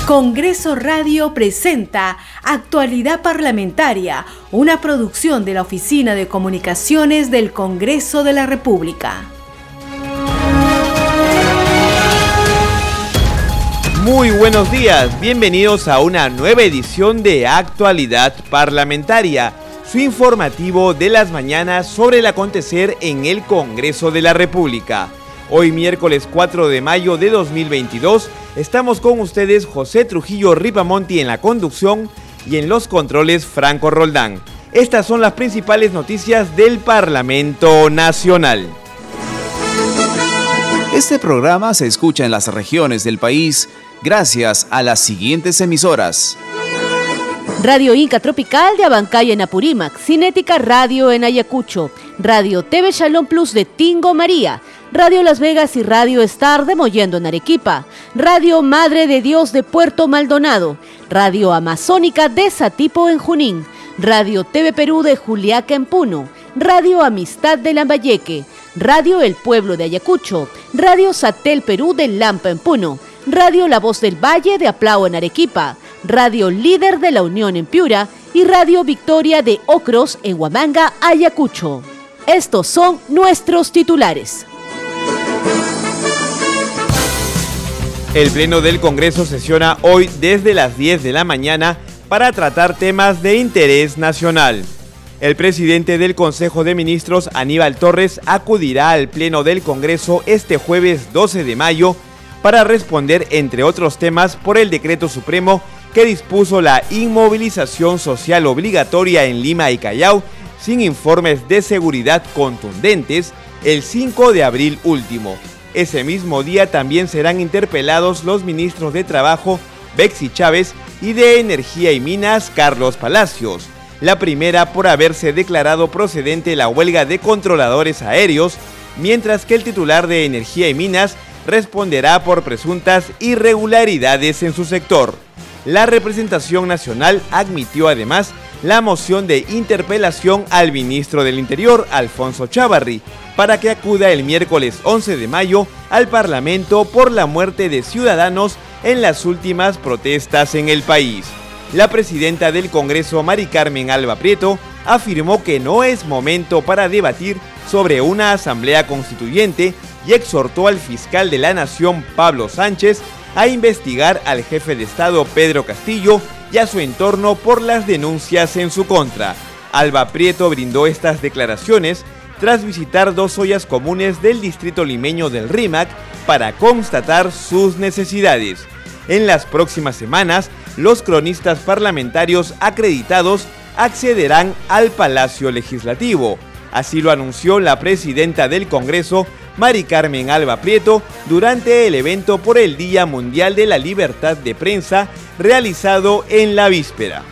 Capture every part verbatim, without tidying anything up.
Congreso Radio presenta Actualidad Parlamentaria, una producción de la Oficina de Comunicaciones del Congreso de la República. Muy buenos días, bienvenidos a una nueva edición de Actualidad Parlamentaria, su informativo de las mañanas sobre el acontecer en el Congreso de la República. Hoy miércoles cuatro de mayo de dos mil veintidós, estamos con ustedes José Trujillo Ripamonti en la conducción y en los controles Franco Roldán. Estas son las principales noticias del Parlamento Nacional. Este programa se escucha en las regiones del país gracias a las siguientes emisoras: Radio Inca Tropical de Abancay en Apurímac, Cinética Radio en Ayacucho, Radio T V Shalom Plus de Tingo María, Radio Las Vegas y Radio Star de Mollendo en Arequipa, Radio Madre de Dios de Puerto Maldonado, Radio Amazónica de Satipo en Junín, Radio T V Perú de Juliaca en Puno, Radio Amistad de Lambayeque, Radio El Pueblo de Ayacucho, Radio Satel Perú de Lampa en Puno, Radio La Voz del Valle de Aplao en Arequipa, Radio Líder de la Unión en Piura y Radio Victoria de Ocros en Huamanga, Ayacucho. Estos son nuestros titulares. El Pleno del Congreso sesiona hoy desde las diez de la mañana para tratar temas de interés nacional. El presidente del Consejo de Ministros, Aníbal Torres, acudirá al Pleno del Congreso este jueves doce de mayo para responder, entre otros temas, por el decreto supremo que dispuso la inmovilización social obligatoria en Lima y Callao sin informes de seguridad contundentes el cinco de abril último. Ese mismo día también serán interpelados los ministros de Trabajo, Bexy Chávez, y de Energía y Minas, Carlos Palacios. La primera por haberse declarado procedente la huelga de controladores aéreos, mientras que el titular de Energía y Minas responderá por presuntas irregularidades en su sector. La representación nacional admitió además la moción de interpelación al ministro del Interior, Alfonso Chávarri, para que acuda el miércoles once de mayo al Parlamento por la muerte de ciudadanos en las últimas protestas en el país. La presidenta del Congreso, Mari Carmen Alba Prieto, afirmó que no es momento para debatir sobre una asamblea constituyente y exhortó al fiscal de la Nación, Pablo Sánchez, a investigar al jefe de Estado, Pedro Castillo, y a su entorno por las denuncias en su contra. Alba Prieto brindó estas declaraciones tras visitar dos ollas comunes del distrito limeño del Rímac para constatar sus necesidades. En las próximas semanas, los cronistas parlamentarios acreditados accederán al Palacio Legislativo. Así lo anunció la presidenta del Congreso, Mari Carmen Alba Prieto, durante el evento por el Día Mundial de la Libertad de Prensa, realizado en la víspera.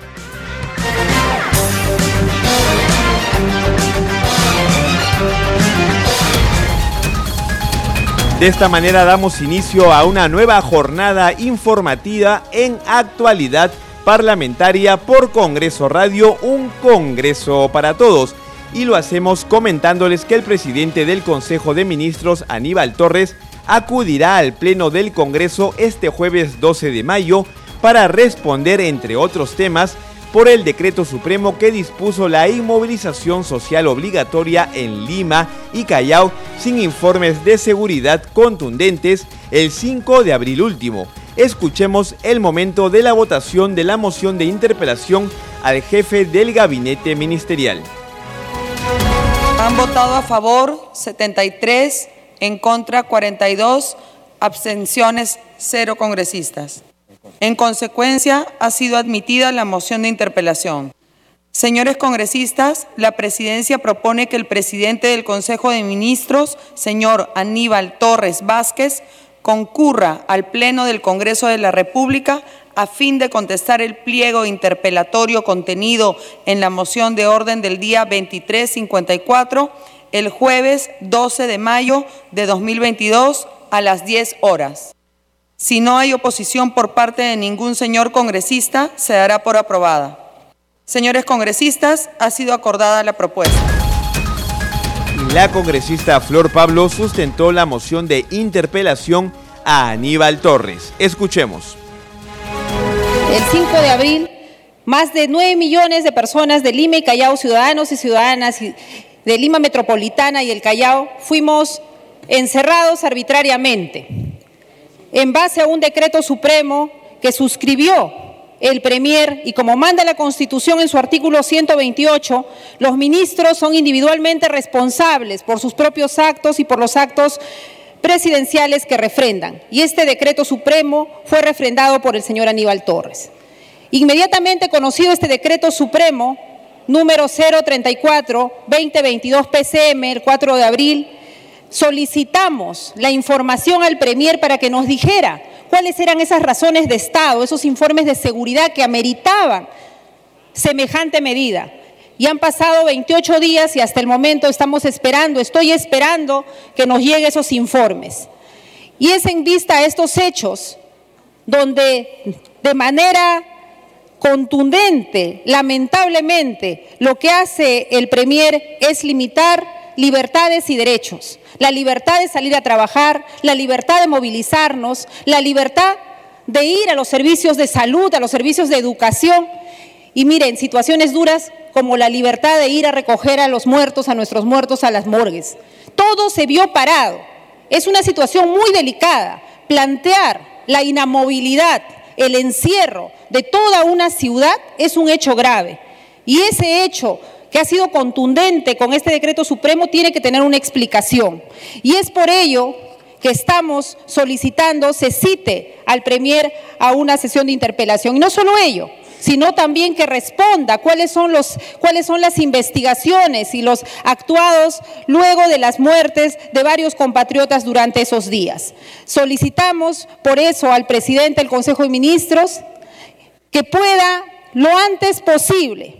De esta manera damos inicio a una nueva jornada informativa en Actualidad Parlamentaria por Congreso Radio, un Congreso para todos. Y lo hacemos comentándoles que el presidente del Consejo de Ministros, Aníbal Torres, acudirá al Pleno del Congreso este jueves doce de mayo para responder, entre otros temas, por el decreto supremo que dispuso la inmovilización social obligatoria en Lima y Callao sin informes de seguridad contundentes el cinco de abril último. Escuchemos el momento de la votación de la moción de interpelación al jefe del gabinete ministerial. Han votado a favor setenta y tres, en contra cuarenta y dos, abstenciones cero congresistas. En consecuencia, ha sido admitida la moción de interpelación. Señores congresistas, la presidencia propone que el presidente del Consejo de Ministros, señor Aníbal Torres Vázquez, concurra al Pleno del Congreso de la República a fin de contestar el pliego interpelatorio contenido en la moción de orden del día veintitrés cincuenta y cuatro, el jueves doce de mayo de dos mil veintidós a las diez horas. Si no hay oposición por parte de ningún señor congresista, se dará por aprobada. Señores congresistas, ha sido acordada la propuesta. La congresista Flor Pablo sustentó la moción de interpelación a Aníbal Torres. Escuchemos. El cinco de abril, más de nueve millones de personas de Lima y Callao, ciudadanos y ciudadanas de Lima Metropolitana y el Callao, fuimos encerrados arbitrariamente, en base a un decreto supremo que suscribió el Premier, y como manda la Constitución en su artículo ciento veintiocho, los ministros son individualmente responsables por sus propios actos y por los actos presidenciales que refrendan. Y este decreto supremo fue refrendado por el señor Aníbal Torres. Inmediatamente conocido este decreto supremo, número cero treinta y cuatro guión veinte veintidós P C M, el cuatro de abril, solicitamos la información al Premier para que nos dijera cuáles eran esas razones de Estado, esos informes de seguridad que ameritaban semejante medida. Y han pasado veintiocho días y hasta el momento estamos esperando, estoy esperando que nos lleguen esos informes. Y es en vista a estos hechos donde de manera contundente, lamentablemente, lo que hace el Premier es limitar libertades y derechos. La libertad de salir a trabajar, la libertad de movilizarnos, la libertad de ir a los servicios de salud, a los servicios de educación. Y miren, situaciones duras como la libertad de ir a recoger a los muertos, a nuestros muertos, a las morgues. Todo se vio parado. Es una situación muy delicada. Plantear la inamovilidad, el encierro de toda una ciudad es un hecho grave. Y ese hecho que ha sido contundente con este decreto supremo tiene que tener una explicación. Y es por ello que estamos solicitando se cite al Premier a una sesión de interpelación. Y no solo ello, sino también que responda cuáles son, los, cuáles son las investigaciones y los actuados luego de las muertes de varios compatriotas durante esos días. Solicitamos por eso al presidente del Consejo de Ministros que pueda lo antes posible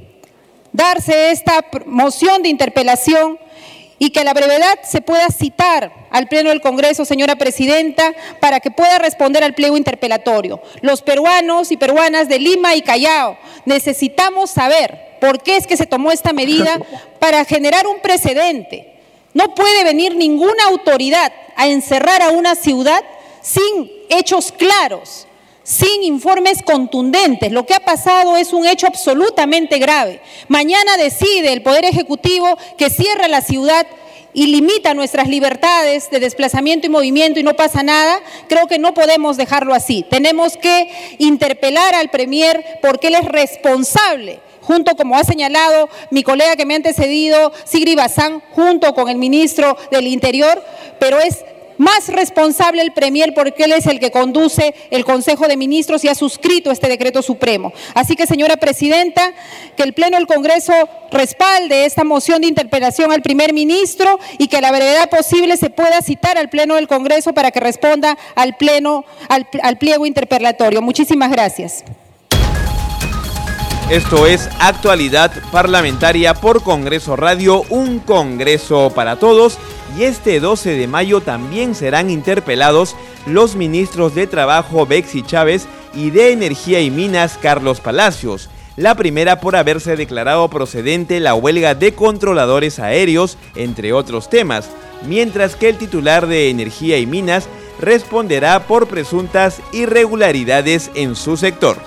darse esta moción de interpelación y que a la brevedad se pueda citar al Pleno del Congreso, señora Presidenta, para que pueda responder al pliego interpelatorio. Los peruanos y peruanas de Lima y Callao necesitamos saber por qué es que se tomó esta medida para generar un precedente. No puede venir ninguna autoridad a encerrar a una ciudad sin hechos claros, sin informes contundentes. Lo que ha pasado es un hecho absolutamente grave. Mañana decide el Poder Ejecutivo que cierra la ciudad y limita nuestras libertades de desplazamiento y movimiento y no pasa nada. Creo que no podemos dejarlo así. Tenemos que interpelar al Premier porque él es responsable, junto, como ha señalado mi colega que me ha antecedido, Sigrid Bazán, junto con el ministro del Interior, pero es más responsable el Premier porque él es el que conduce el Consejo de Ministros y ha suscrito este decreto supremo. Así que, señora Presidenta, que el Pleno del Congreso respalde esta moción de interpelación al primer ministro y que a la brevedad posible se pueda citar al Pleno del Congreso para que responda al pleno, al, al pliego interpelatorio. Muchísimas gracias. Esto es Actualidad Parlamentaria por Congreso Radio, un Congreso para todos. Y este doce de mayo también serán interpelados los ministros de Trabajo Bexy Chávez y de Energía y Minas Carlos Palacios. La primera por haberse declarado procedente la huelga de controladores aéreos, entre otros temas, mientras que el titular de Energía y Minas responderá por presuntas irregularidades en su sector.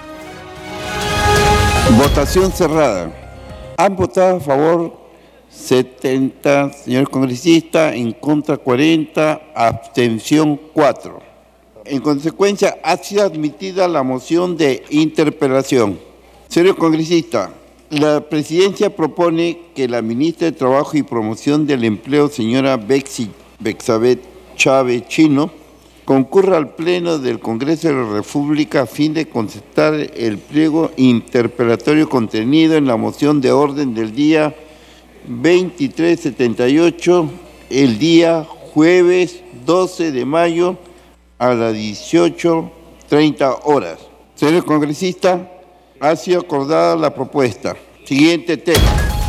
Votación cerrada. Han votado a favor setenta señores congresistas, en contra cuarenta, abstención cuatro. En consecuencia, ha sido admitida la moción de interpelación. Señor congresista, la presidencia propone que la ministra de Trabajo y Promoción del Empleo, señora Bexy Bexabeth Chávez Chino, concurra al Pleno del Congreso de la República a fin de contestar el pliego interpelatorio contenido en la moción de orden del día veintitrés setenta y ocho, el día jueves doce de mayo a las dieciocho treinta horas. Señor congresista, ha sido acordada la propuesta. Siguiente tema.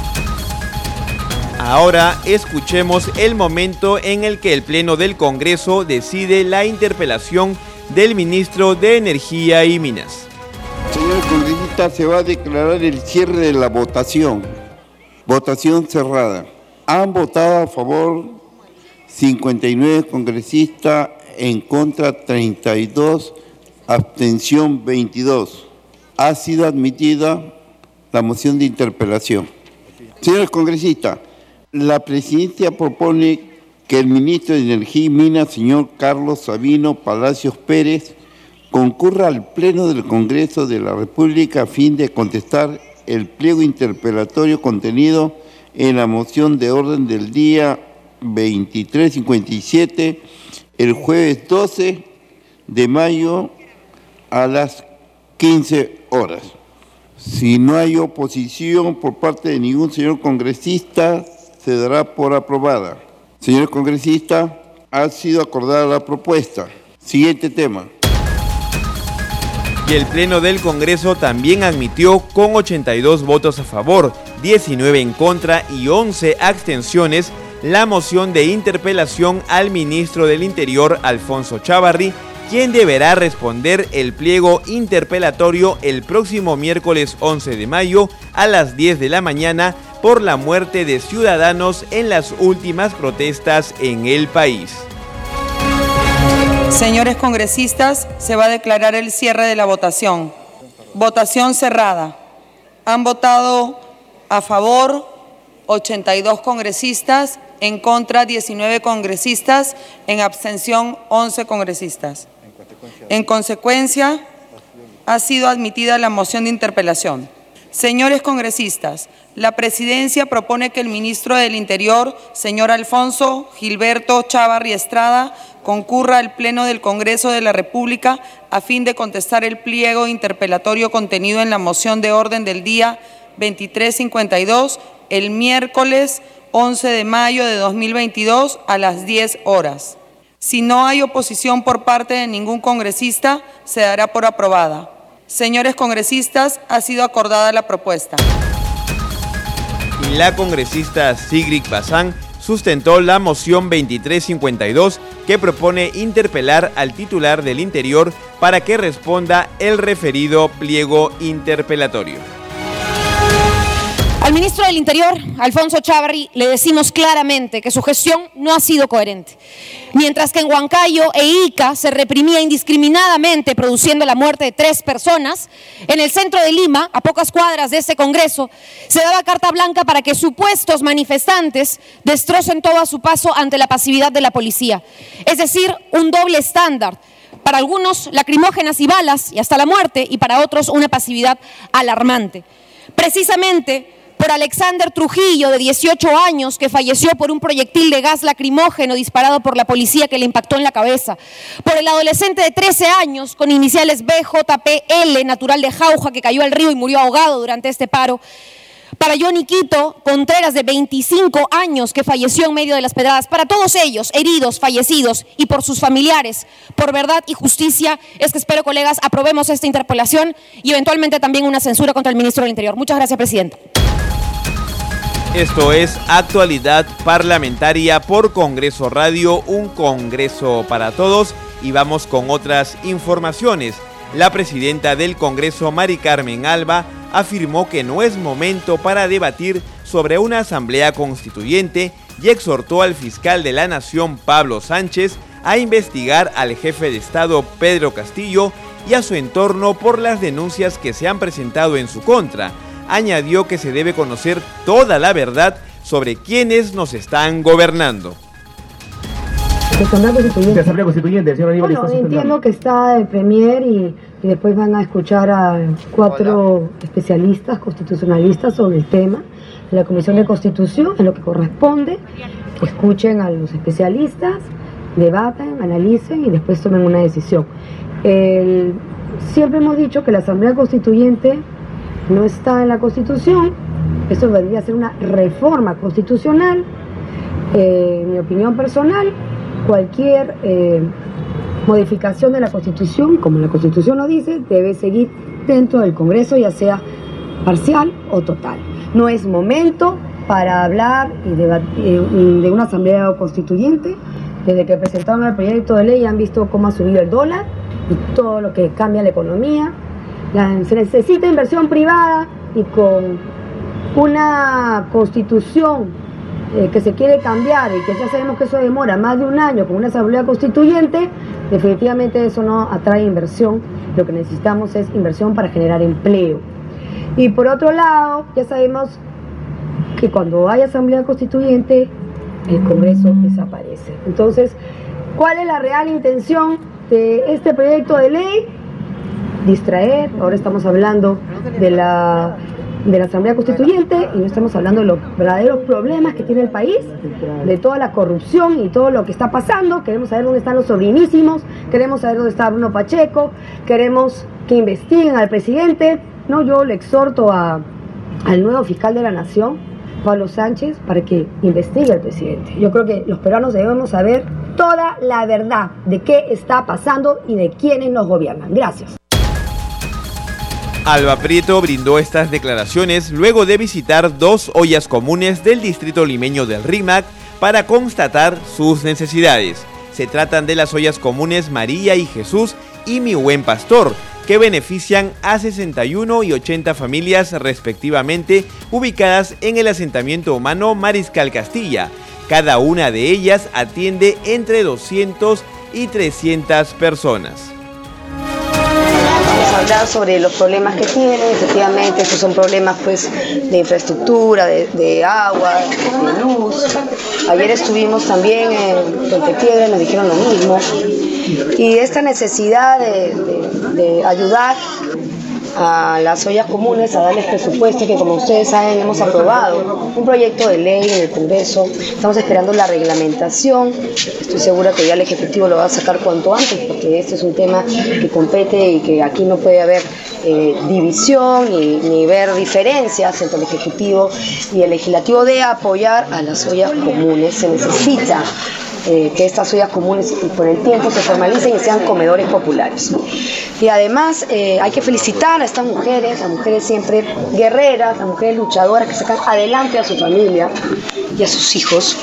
Ahora escuchemos el momento en el que el Pleno del Congreso decide la interpelación del ministro de Energía y Minas. Señor congresista, se va a declarar el cierre de la votación. Votación cerrada. Han votado a favor cincuenta y nueve congresistas, en contra treinta y dos, abstención veintidós. ha sido admitida la moción de interpelación. Señores congresistas, la presidencia propone que el ministro de Energía y Minas, señor Carlos Sabino Palacios Pérez, concurra al Pleno del Congreso de la República a fin de contestar el pliego interpelatorio contenido en la moción de orden del día veintitrés cincuenta y siete, el jueves doce de mayo a las quince horas. Si no hay oposición por parte de ningún señor congresista, se dará por aprobada. Señores congresistas, ha sido acordada la propuesta. Siguiente tema. Y el Pleno del Congreso también admitió con ochenta y dos votos a favor, diecinueve en contra y once abstenciones la moción de interpelación al ministro del Interior, Alfonso Chávarri, quien deberá responder el pliego interpelatorio el próximo miércoles once de mayo a las diez de la mañana por la muerte de ciudadanos en las últimas protestas en el país. Señores congresistas, se va a declarar el cierre de la votación. Votación cerrada. Han votado a favor ochenta y dos congresistas, en contra diecinueve congresistas, en abstención once congresistas. En consecuencia, ha sido admitida la moción de interpelación. Señores congresistas, la presidencia propone que el ministro del Interior, señor Alfonso Gilberto Chávarri Estrada, concurra al Pleno del Congreso de la República a fin de contestar el pliego interpelatorio contenido en la moción de orden del día veintitrés cincuenta y dos el miércoles once de mayo de dos mil veintidós a las diez horas. Si no hay oposición por parte de ningún congresista, se dará por aprobada. Señores congresistas, ha sido acordada la propuesta. Y la congresista Sigrid Bazán sustentó la moción veintitrés cincuenta y dos que propone interpelar al titular del Interior para que responda el referido pliego interpelatorio. Al ministro del Interior, Alfonso Chávarri, le decimos claramente que su gestión no ha sido coherente. Mientras que en Huancayo e Ica se reprimía indiscriminadamente produciendo la muerte de tres personas, en el centro de Lima, a pocas cuadras de este Congreso, se daba carta blanca para que supuestos manifestantes destrocen todo a su paso ante la pasividad de la policía. Es decir, un doble estándar. Para algunos, lacrimógenas y balas y hasta la muerte, y para otros, una pasividad alarmante. Precisamente por Alexander Trujillo, de dieciocho años, que falleció por un proyectil de gas lacrimógeno disparado por la policía que le impactó en la cabeza. Por el adolescente de trece años, con iniciales B J P L, natural de Jauja, que cayó al río y murió ahogado durante este paro. Para Johnny Quito Contreras, de veinticinco años, que falleció en medio de las pedradas. Para todos ellos, heridos, fallecidos, y por sus familiares, por verdad y justicia, es que espero, colegas, aprobemos esta interpelación y eventualmente también una censura contra el ministro del Interior. Muchas gracias, presidenta. Esto es Actualidad Parlamentaria por Congreso Radio, un Congreso para todos, y vamos con otras informaciones. La presidenta del Congreso, Mari Carmen Alba, afirmó que no es momento para debatir sobre una asamblea constituyente y exhortó al fiscal de la Nación, Pablo Sánchez, a investigar al jefe de Estado, Pedro Castillo, y a su entorno por las denuncias que se han presentado en su contra. Añadió que se debe conocer toda la verdad sobre quiénes nos están gobernando. Asamblea Constituyente. Asamblea Constituyente, señor Aníbal. Bueno, entiendo que está el Premier y, y después van a escuchar a cuatro Hola. especialistas constitucionalistas sobre el tema de la Comisión de Constitución, en lo que corresponde, que escuchen a los especialistas, debaten, analicen y después tomen una decisión. El, siempre hemos dicho que la Asamblea Constituyente no está en la Constitución, eso debería ser una reforma constitucional. Eh, en mi opinión personal, cualquier eh, modificación de la Constitución, como la Constitución lo dice, debe seguir dentro del Congreso, ya sea parcial o total. No es momento para hablar y debatir de una Asamblea Constituyente. Desde que presentaron el proyecto de ley han visto cómo ha subido el dólar y todo lo que cambia la economía. La, se necesita inversión privada, y con una constitución eh, que se quiere cambiar y que ya sabemos que eso demora más de un año con una asamblea constituyente, definitivamente eso no atrae inversión lo que necesitamos es inversión para generar empleo. Y por otro lado, ya sabemos que cuando hay asamblea constituyente, el Congreso desaparece. Entonces, ¿cuál es la real intención de este proyecto de ley? Distraer. Ahora estamos hablando de la, de la asamblea constituyente y no estamos hablando de los verdaderos problemas que tiene el país, de toda la corrupción y todo lo que está pasando. Queremos saber dónde están los sobrinísimos, queremos saber dónde está Bruno Pacheco, queremos que investiguen al presidente. No, yo le exhorto a, al nuevo fiscal de la Nación, Pablo Sánchez, para que investigue al presidente. Yo creo que los peruanos debemos saber toda la verdad de qué está pasando y de quiénes nos gobiernan. Gracias. Alba Prieto brindó estas declaraciones luego de visitar dos ollas comunes del distrito limeño del Rímac para constatar sus necesidades. Se tratan de las ollas comunes María y Jesús y Mi Buen Pastor, que benefician a sesenta y uno y ochenta familias respectivamente, ubicadas en el asentamiento humano Mariscal Castilla. Cada una de ellas atiende entre doscientas y trescientas personas. Vamos a hablar sobre los problemas que tienen. Efectivamente, estos son problemas pues de infraestructura, de, de agua, de luz. Ayer estuvimos también en Puente nos dijeron lo mismo. Y esta necesidad de, de, de ayudar a las ollas comunes, a darles presupuesto, que como ustedes saben hemos aprobado un proyecto de ley en el Congreso. Estamos esperando la reglamentación. Estoy segura que ya el Ejecutivo lo va a sacar cuanto antes, porque este es un tema que compete y que aquí no puede haber eh, división ni, ni ver diferencias entre el Ejecutivo y el Legislativo de apoyar a las ollas comunes. Se necesita Eh, que estas ollas comunes con el tiempo se formalicen y sean comedores populares. Y además eh, hay que felicitar a estas mujeres, a mujeres siempre guerreras, a mujeres luchadoras que sacan adelante a su familia y a sus hijos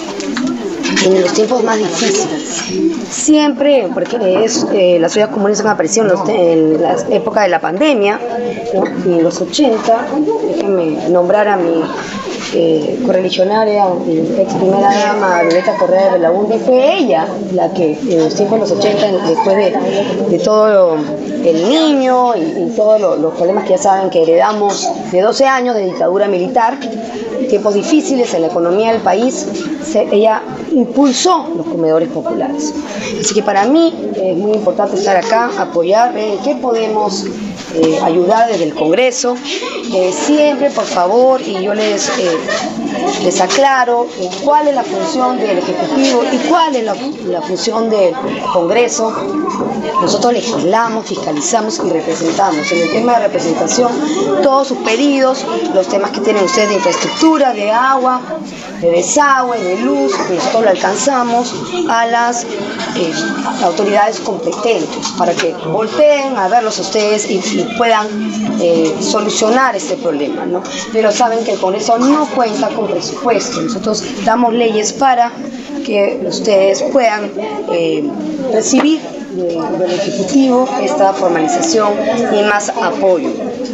en los tiempos más difíciles. Siempre, porque es, eh, las ollas comunes han aparecido en, los, en la época de la pandemia, ¿no? Y en los ochenta, déjenme nombrar a mi Eh, correligionaria, ex primera dama, Violeta Correa de Belaúnde. Fue ella la que en los tiempos de los ochenta, después de, de todo el niño y, y todos lo, los problemas que ya saben que heredamos de doce años de dictadura militar, tiempos difíciles en la economía del país, se, ella impulsó los comedores populares. Así que para mí es muy importante estar acá, apoyar, ver en qué podemos eh, ayudar desde el Congreso. Eh, siempre, por favor, y yo les, eh, les aclaro eh, cuál es la función del Ejecutivo y cuál es la, la función del Congreso. Nosotros legislamos, fiscalizamos y representamos. En el tema de representación, todos sus pedidos, los temas que tienen ustedes de infraestructura, de agua, de desagüe, de luz, nosotros lo alcanzamos a las eh, autoridades competentes para que volteen a verlos a ustedes y, y puedan eh, solucionar este problema, ¿no? Pero saben que el Congreso no cuenta con presupuesto. Nosotros damos leyes para que ustedes puedan eh, recibir del Ejecutivo esta formalización y más apoyo.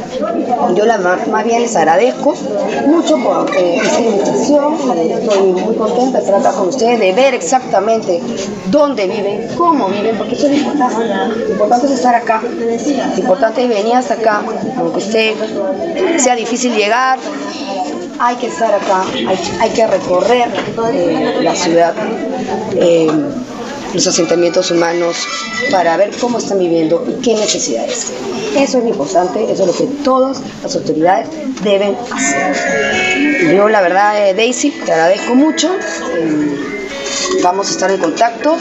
Yo la, más bien les agradezco mucho por eh, esta invitación. Estoy muy contenta de estar acá con ustedes, de ver exactamente dónde viven, cómo viven, porque eso es lo importante. Lo importante es estar acá, lo importante es venir hasta acá, aunque usted sea difícil llegar. Hay que estar acá, hay, hay que recorrer eh, la ciudad, eh, los asentamientos humanos, para ver cómo están viviendo y qué necesidades tienen. Eso es lo importante, eso es lo que todas las autoridades deben hacer. Yo, la verdad, eh, Daisy, te agradezco mucho. Eh, vamos a estar en contacto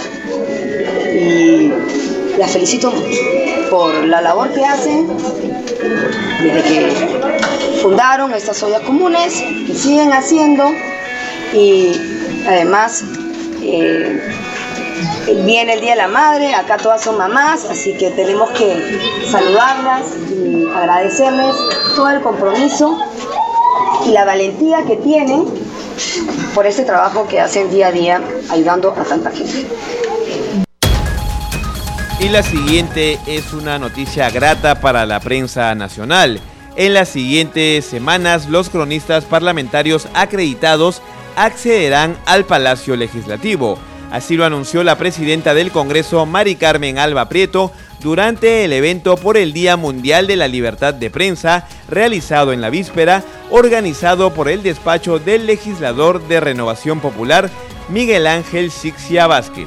y las felicito por la labor que hacen desde que fundaron estas ollas comunes, que siguen haciendo, y además eh, viene el Día de la Madre, acá todas son mamás, así que tenemos que saludarlas y agradecerles todo el compromiso y la valentía que tienen por este trabajo que hacen día a día ayudando a tanta gente. Y la siguiente es una noticia grata para la prensa nacional. En las siguientes semanas, los cronistas parlamentarios acreditados accederán al Palacio Legislativo. Así lo anunció la presidenta del Congreso, Mari Carmen Alba Prieto, durante el evento por el Día Mundial de la Libertad de Prensa, realizado en la víspera, organizado por el despacho del legislador de Renovación Popular, Miguel Ángel Sixia Vázquez.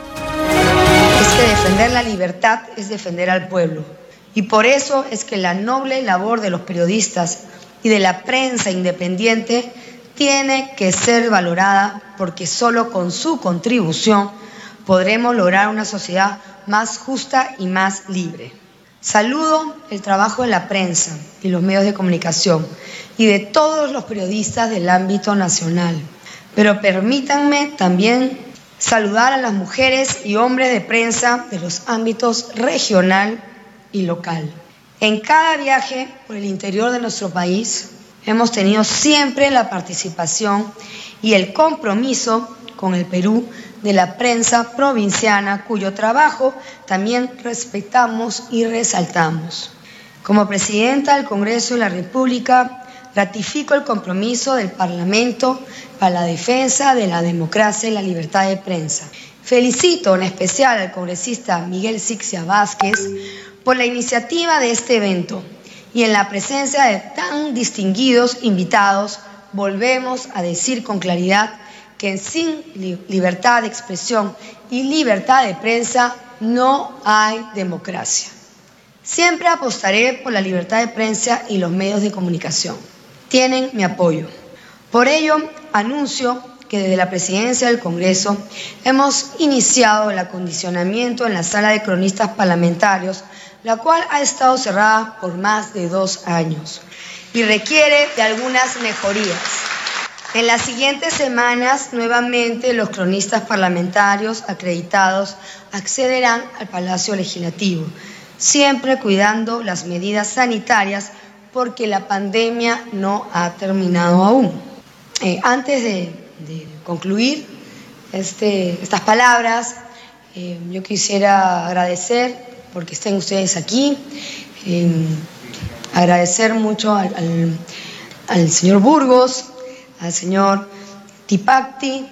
Es que defender la libertad es defender al pueblo. Y por eso es que la noble labor de los periodistas y de la prensa independiente tiene que ser valorada, porque solo con su contribución podremos lograr una sociedad más justa y más libre. Saludo el trabajo de la prensa y los medios de comunicación y de todos los periodistas del ámbito nacional. Pero permítanme también saludar a las mujeres y hombres de prensa de los ámbitos regional y local. En cada viaje por el interior de nuestro país hemos tenido siempre la participación y el compromiso con el Perú de la prensa provinciana, cuyo trabajo también respetamos y resaltamos. Como presidenta del Congreso de la República, ratifico el compromiso del Parlamento para la defensa de la democracia y la libertad de prensa. Felicito en especial al congresista Miguel Sixia Vázquez por la iniciativa de este evento, y en la presencia de tan distinguidos invitados volvemos a decir con claridad que sin li- libertad de expresión y libertad de prensa no hay democracia. Siempre apostaré por la libertad de prensa y los medios de comunicación. Tienen mi apoyo. Por ello, anuncio que desde la presidencia del Congreso hemos iniciado el acondicionamiento en la sala de cronistas parlamentarios, la cual ha estado cerrada por más de dos años y requiere de algunas mejorías. En las siguientes semanas, nuevamente, los cronistas parlamentarios acreditados accederán al Palacio Legislativo, siempre cuidando las medidas sanitarias, porque la pandemia no ha terminado aún. Eh, antes de, de concluir este, estas palabras, eh, yo quisiera agradecer porque estén ustedes aquí, eh, agradecer mucho al, al, al señor Burgos, al señor Tipacti,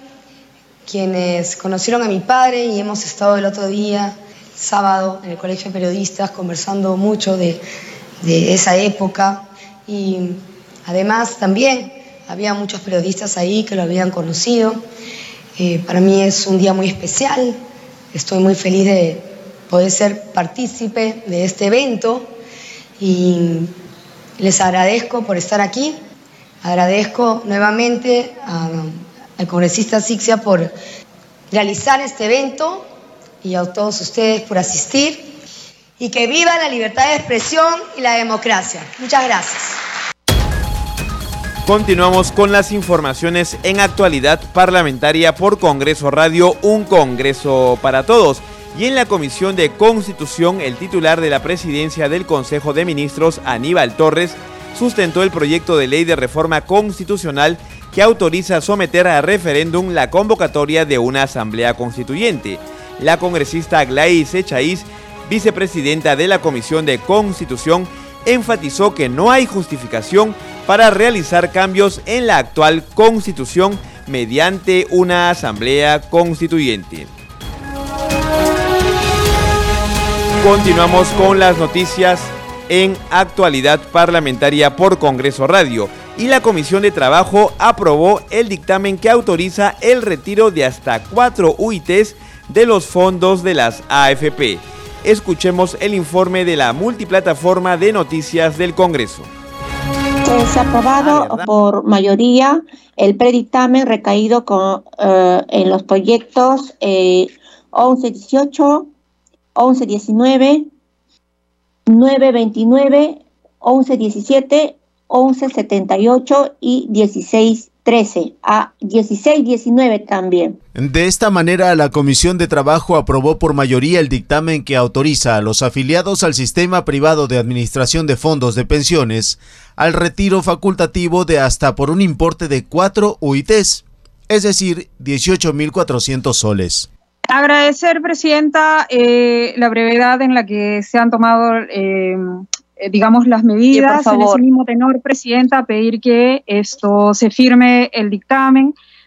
quienes conocieron a mi padre y hemos estado el otro día, el sábado, en el Colegio de Periodistas, conversando mucho de, de esa época, y además también había muchos periodistas ahí que lo habían conocido. Eh, para mí es un día muy especial, estoy muy feliz de poder ser partícipe de este evento y les agradezco por estar aquí. Agradezco nuevamente a, al congresista Sixia por realizar este evento y a todos ustedes por asistir, y que viva la libertad de expresión y la democracia. Muchas gracias. Continuamos con las informaciones en actualidad parlamentaria por Congreso Radio, un Congreso para todos. Y en la Comisión de Constitución, el titular de la presidencia del Consejo de Ministros, Aníbal Torres, sustentó el proyecto de ley de reforma constitucional que autoriza someter a referéndum la convocatoria de una asamblea constituyente. La congresista Gladys Echaíz, vicepresidenta de la Comisión de Constitución, enfatizó que no hay justificación para realizar cambios en la actual Constitución mediante una asamblea constituyente. Continuamos con las noticias en actualidad parlamentaria por Congreso Radio, y la Comisión de Trabajo aprobó el dictamen que autoriza el retiro de hasta cuatro U I Tes de los fondos de las A F P. Escuchemos el informe de la multiplataforma de noticias del Congreso. Es aprobado ah, por mayoría el predictamen recaído con, eh, en los proyectos eh, once dieciocho, once diecinueve, nueve veintinueve, once diecisiete, once setenta y ocho y dieciséis trece, a dieciséis diecinueve también. De esta manera, la Comisión de Trabajo aprobó por mayoría el dictamen que autoriza a los afiliados al sistema privado de administración de fondos de pensiones al retiro facultativo de hasta por un importe de cuatro U I Tes, es decir, dieciocho mil cuatrocientos soles. Agradecer, Presidenta, eh, la brevedad en la que se han tomado eh, Eh, digamos, las medidas. En ese mismo tenor, Presidenta, pedir que esto se firme el dictamen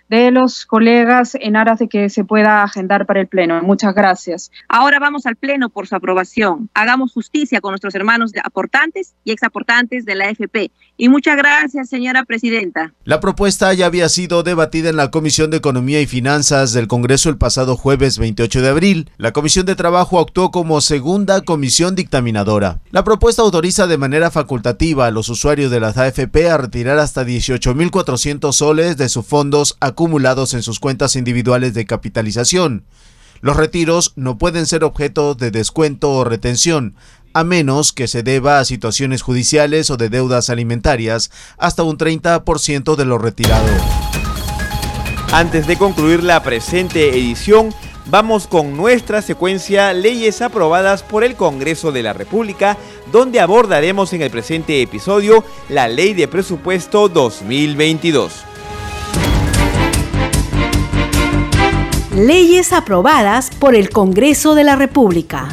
de los colegas en aras de que se pueda agendar para el Pleno. Muchas gracias. Ahora vamos al Pleno por su aprobación. Hagamos justicia con nuestros hermanos aportantes y exaportantes de la A F P. Y muchas gracias, señora presidenta. La propuesta ya había sido debatida en la Comisión de Economía y Finanzas del Congreso el pasado jueves veintiocho de abril. La Comisión de Trabajo actuó como segunda comisión dictaminadora. La propuesta autoriza de manera facultativa a los usuarios de las A F P a retirar hasta dieciocho mil cuatrocientos soles de sus fondos acumulados en sus cuentas individuales de capitalización. Los retiros no pueden ser objeto de descuento o retención, a menos que se deba a situaciones judiciales o de deudas alimentarias, hasta un treinta por ciento de lo retirado. Antes de concluir la presente edición, vamos con nuestra secuencia Leyes aprobadas por el Congreso de la República, donde abordaremos en el presente episodio la Ley de Presupuesto dos mil veintidós. Leyes aprobadas por el Congreso de la República.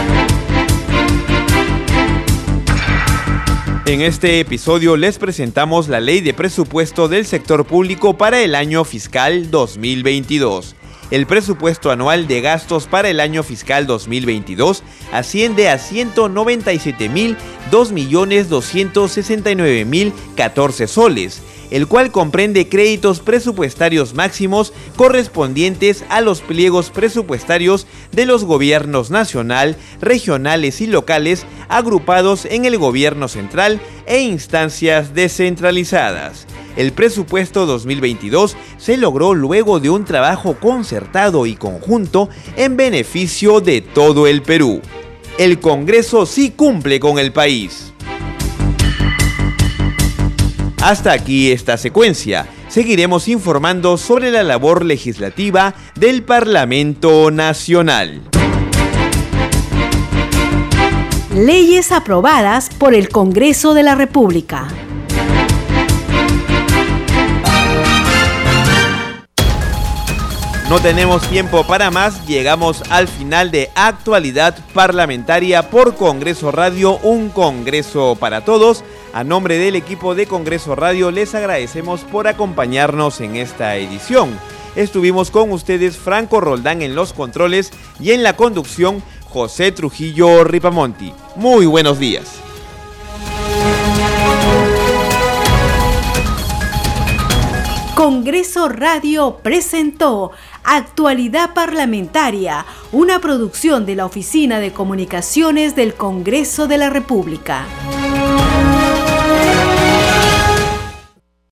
En este episodio les presentamos la Ley de Presupuesto del Sector Público para el año fiscal dos mil veintidós. El presupuesto anual de gastos para el año fiscal dos mil veintidós asciende a ciento noventa y siete mil dos millones doscientos sesenta y nueve mil catorce soles, el cual comprende créditos presupuestarios máximos correspondientes a los pliegos presupuestarios de los gobiernos nacional, regionales y locales agrupados en el gobierno central e instancias descentralizadas. El presupuesto dos mil veintidós se logró luego de un trabajo concertado y conjunto en beneficio de todo el Perú. El Congreso sí cumple con el país. Hasta aquí esta secuencia. Seguiremos informando sobre la labor legislativa del Parlamento Nacional. Leyes aprobadas por el Congreso de la República. No tenemos tiempo para más, llegamos al final de Actualidad Parlamentaria por Congreso Radio, un Congreso para todos. A nombre del equipo de Congreso Radio les agradecemos por acompañarnos en esta edición. Estuvimos con ustedes Franco Roldán en los controles y en la conducción José Trujillo Ripamonti. Muy buenos días. Congreso Radio presentó Actualidad Parlamentaria, una producción de la Oficina de Comunicaciones del Congreso de la República.